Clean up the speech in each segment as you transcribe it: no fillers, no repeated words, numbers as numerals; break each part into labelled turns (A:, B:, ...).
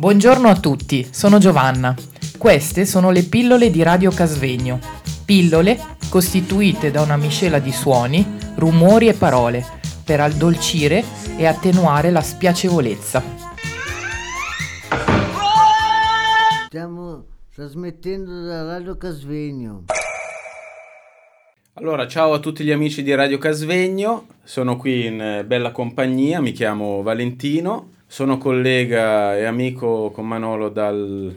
A: Buongiorno a tutti, sono Giovanna. Queste sono le pillole di Radio Casvegno. Pillole costituite da una miscela di suoni, rumori e parole per addolcire e attenuare la spiacevolezza.
B: Stiamo trasmettendo da Radio Casvegno.
C: Allora, ciao a tutti gli amici di Radio Casvegno, sono qui in bella compagnia, mi chiamo Valentino, sono collega e amico con Manolo dal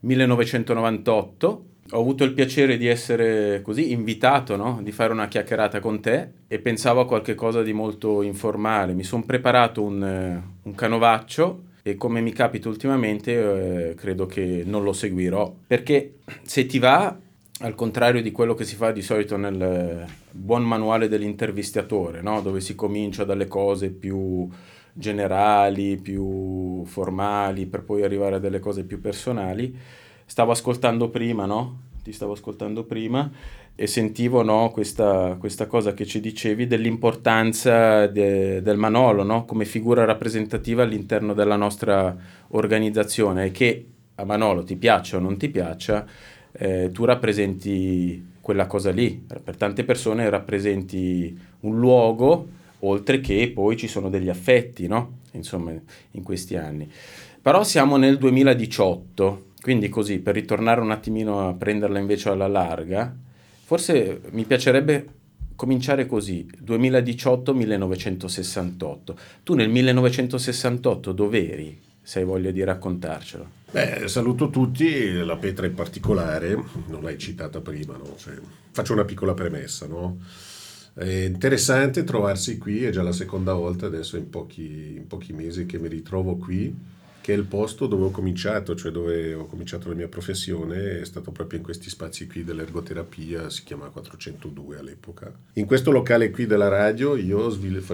C: 1998. Ho avuto il piacere di essere così invitato, no? Di fare una chiacchierata con te e pensavo a qualche cosa di molto informale. Mi sono preparato un canovaccio e come mi capita ultimamente credo che non lo seguirò, perché se ti va, al contrario di quello che si fa di solito nel buon manuale dell'intervistatore, no? Dove si comincia dalle cose più generali, più formali, per poi arrivare a delle cose più personali. Stavo ascoltando prima, no? Ti stavo ascoltando prima e sentivo, no, questa cosa che ci dicevi dell'importanza del Manolo, no? Come figura rappresentativa all'interno della nostra organizzazione, e che a Manolo ti piaccia o non ti piaccia, tu rappresenti quella cosa lì. Per tante persone rappresenti un luogo, oltre che poi ci sono degli affetti, no? Insomma, in questi anni. Però siamo nel 2018, quindi così, per ritornare un attimino a prenderla invece alla larga, forse mi piacerebbe cominciare così, 2018-1968. Tu nel 1968 dov'eri, se hai voglia di raccontarcelo?
D: Saluto tutti, la Petra in particolare, non l'hai citata prima, no? Faccio una piccola premessa, no? È interessante trovarsi qui, è già la seconda volta adesso in pochi mesi che mi ritrovo qui, che è il posto dove ho cominciato, cioè dove ho cominciato la mia professione, è stato proprio in questi spazi qui dell'ergoterapia, si chiama 402 all'epoca. In questo locale qui della radio io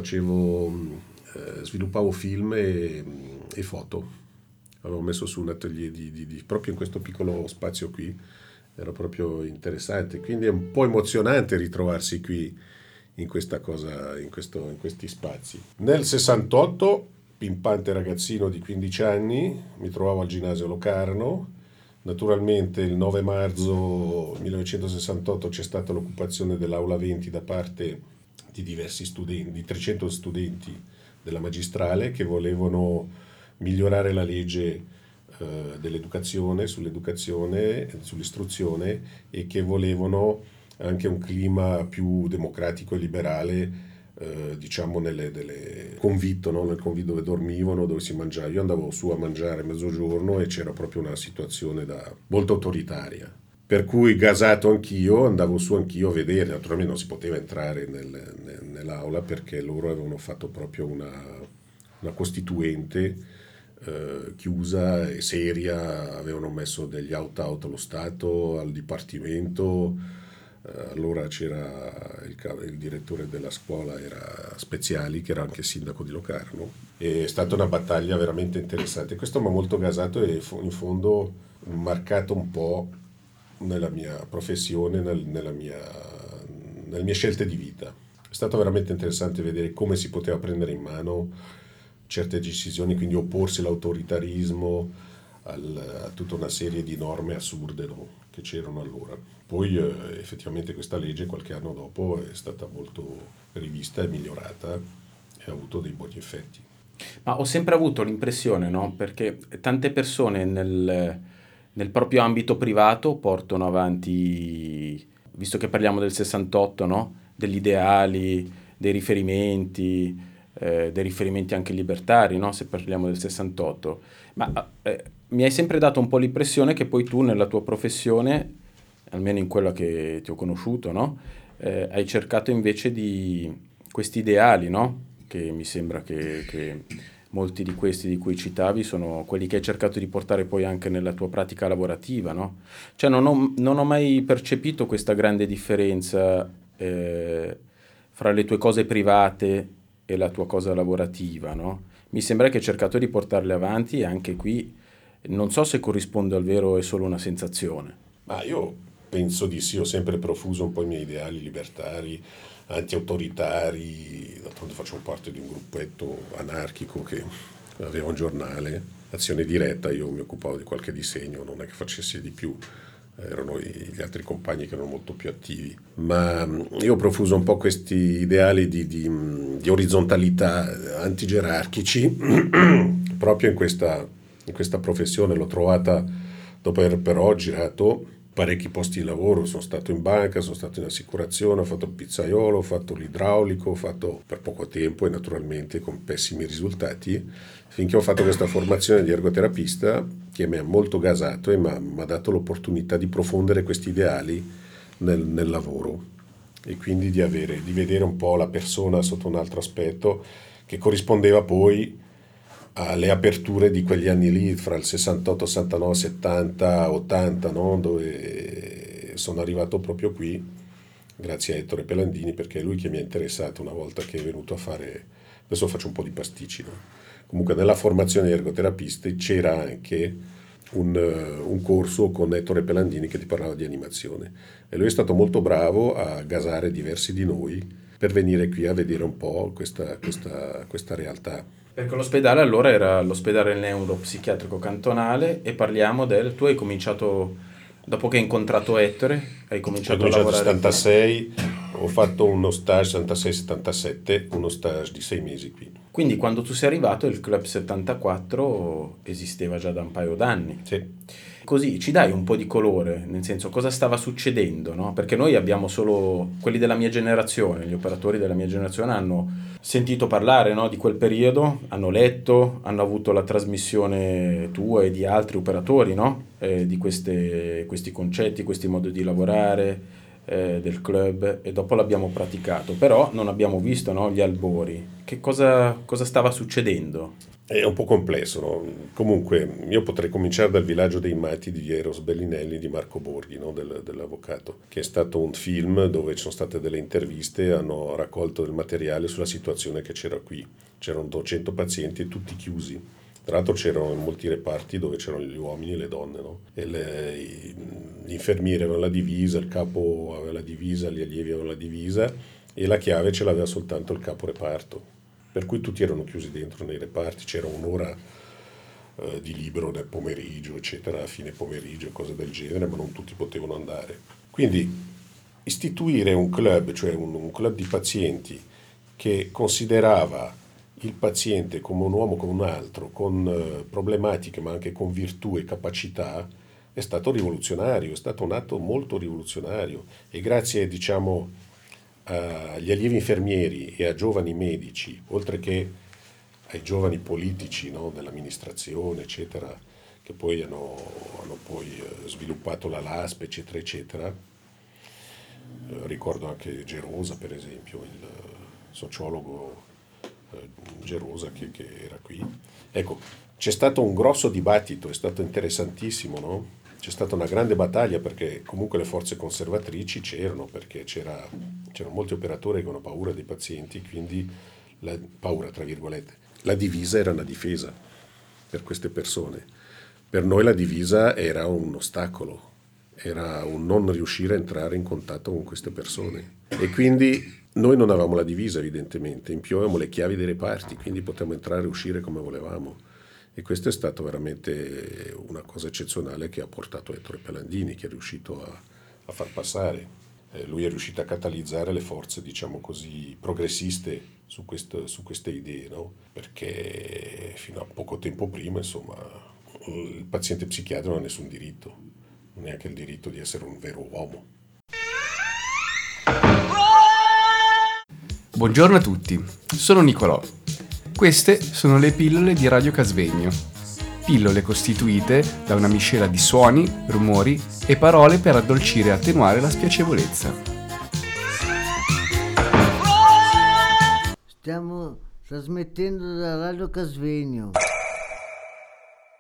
D: sviluppavo film e foto. Avevo messo su un atelier proprio in questo piccolo spazio qui, era proprio interessante, quindi è un po' emozionante ritrovarsi qui in questa cosa, in questi spazi. Nel 68, pimpante ragazzino di 15 anni, mi trovavo al ginnasio Locarno. Naturalmente il 9 marzo 1968 c'è stata l'occupazione dell'aula 20 da parte di diversi studenti, di 300 studenti della magistrale che volevano migliorare la legge dell'educazione, sull'istruzione, e che volevano anche un clima più democratico e liberale, diciamo convitto, no? Nel convitto dove dormivano, dove si mangiava. Io andavo su a mangiare a mezzogiorno e c'era proprio una situazione molto autoritaria. Per cui, gasato anch'io, andavo su anch'io a vedere. Naturalmente non si poteva entrare nell'aula perché loro avevano fatto proprio una costituente chiusa e seria, avevano messo degli out allo Stato, al Dipartimento. Allora c'era il direttore della scuola, era Speziali, che era anche sindaco di Locarno. È stata una battaglia veramente interessante. Questo mi ha molto gasato e in fondo marcato un po' nella mia professione, nelle mie scelte di vita. È stato veramente interessante vedere come si poteva prendere in mano certe decisioni, quindi opporsi all'autoritarismo, a tutta una serie di norme assurde, no, che c'erano allora. Poi effettivamente questa legge qualche anno dopo è stata molto rivista e migliorata e ha avuto dei buoni effetti.
C: Ma ho sempre avuto l'impressione, no? Perché tante persone nel proprio ambito privato portano avanti, visto che parliamo del 68, no? Degli ideali, dei riferimenti anche libertari, no? Se parliamo del 68. Ma mi hai sempre dato un po' l'impressione che poi tu nella tua professione, almeno in quella che ti ho conosciuto, no? Hai cercato invece di questi ideali, no? Che mi sembra che molti di questi di cui citavi sono quelli che hai cercato di portare poi anche nella tua pratica lavorativa, no? Cioè non ho mai percepito questa grande differenza fra le tue cose private e la tua cosa lavorativa, no? Mi sembra che hai cercato di portarle avanti e anche qui non so se corrisponde al vero o è solo una sensazione.
D: Ma io penso di sì, ho sempre profuso un po' i miei ideali libertari, anti-autoritari, d'altronde faccio parte di un gruppetto anarchico che aveva un giornale azione diretta, io mi occupavo di qualche disegno, non è che facessi di più, erano gli altri compagni che erano molto più attivi, ma io ho profuso un po' questi ideali di orizzontalità antigerarchici proprio in questa professione. L'ho trovata dopo aver però girato parecchi posti di lavoro, sono stato in banca, sono stato in assicurazione, ho fatto il pizzaiolo, ho fatto l'idraulico, ho fatto per poco tempo e naturalmente con pessimi risultati, finché ho fatto questa formazione di ergoterapista che mi ha molto gasato e mi ha dato l'opportunità di profondere questi ideali nel lavoro e quindi di vedere un po' la persona sotto un altro aspetto che corrispondeva poi alle aperture di quegli anni lì, fra il 68, 69, 70, 80, no? Dove sono arrivato proprio qui, grazie a Ettore Pelandini, perché è lui che mi ha interessato una volta che è venuto a fare, adesso faccio un po' di pasticci, no? Comunque nella formazione di ergoterapisti c'era anche un corso con Ettore Pelandini che ti parlava di animazione e lui è stato molto bravo a gasare diversi di noi per venire qui a vedere un po' questa realtà.
C: Perché l'ospedale allora era l'ospedale neuropsichiatrico cantonale e parliamo tu hai cominciato, dopo che hai incontrato Ettore, hai cominciato a lavorare.
D: Nel 76 ho fatto uno stage, 76-77, uno stage di 6 mesi qui.
C: Quindi quando tu sei arrivato il Club 74 esisteva già da un paio d'anni.
D: Sì.
C: Così ci dai un po' di colore, nel senso cosa stava succedendo, no? Perché noi abbiamo solo quelli della mia generazione, gli operatori della mia generazione hanno sentito parlare, no, di quel periodo, hanno letto, hanno avuto la trasmissione tua e di altri operatori, no? Di questi concetti, questi modi di lavorare del club e dopo l'abbiamo praticato, però non abbiamo visto, no, gli albori. Che cosa stava succedendo?
D: È un po' complesso, no? Comunque io potrei cominciare dal Villaggio dei Matti di Eros Bellinelli di Marco Borghi, no? Dell'avvocato, che è stato un film dove ci sono state delle interviste, hanno raccolto del materiale sulla situazione che c'era qui. C'erano 200 pazienti tutti chiusi. Tra l'altro c'erano in molti reparti dove c'erano gli uomini e le donne, no? E gli infermieri avevano la divisa, il capo aveva la divisa, gli allievi avevano la divisa e la chiave ce l'aveva soltanto il capo reparto. Per cui tutti erano chiusi dentro nei reparti, c'era un'ora di libero nel pomeriggio, eccetera, a fine pomeriggio, cose del genere, ma non tutti potevano andare. Quindi istituire un club, cioè un club di pazienti che considerava il paziente come un uomo come un altro, con problematiche ma anche con virtù e capacità, è stato rivoluzionario, è stato un atto molto rivoluzionario e grazie, diciamo, agli allievi infermieri e a giovani medici, oltre che ai giovani politici, no, dell'amministrazione, eccetera, che poi hanno poi sviluppato la LASP, eccetera, eccetera. Ricordo anche Gerosa, per esempio, il sociologo Gerosa che era qui. Ecco, c'è stato un grosso dibattito, è stato interessantissimo, no? C'è stata una grande battaglia perché comunque le forze conservatrici c'erano, perché c'erano molti operatori che avevano paura dei pazienti, quindi paura tra virgolette. La divisa era una difesa per queste persone. Per noi la divisa era un ostacolo, era un non riuscire a entrare in contatto con queste persone. E quindi noi non avevamo la divisa evidentemente, in più avevamo le chiavi dei reparti, quindi potevamo entrare e uscire come volevamo. E questo è stato veramente una cosa eccezionale che ha portato Ettore Pelandini, che è riuscito a far passare. Lui è riuscito a catalizzare le forze, diciamo così, progressiste su queste idee, no? Perché fino a poco tempo prima, insomma, il paziente psichiatrico non ha nessun diritto, neanche il diritto di essere un vero uomo.
E: Buongiorno a tutti, sono Nicolò. Queste sono le pillole di Radio Casvegno. Pillole costituite da una miscela di suoni, rumori e parole per addolcire e attenuare la spiacevolezza.
B: Stiamo trasmettendo da Radio Casvegno.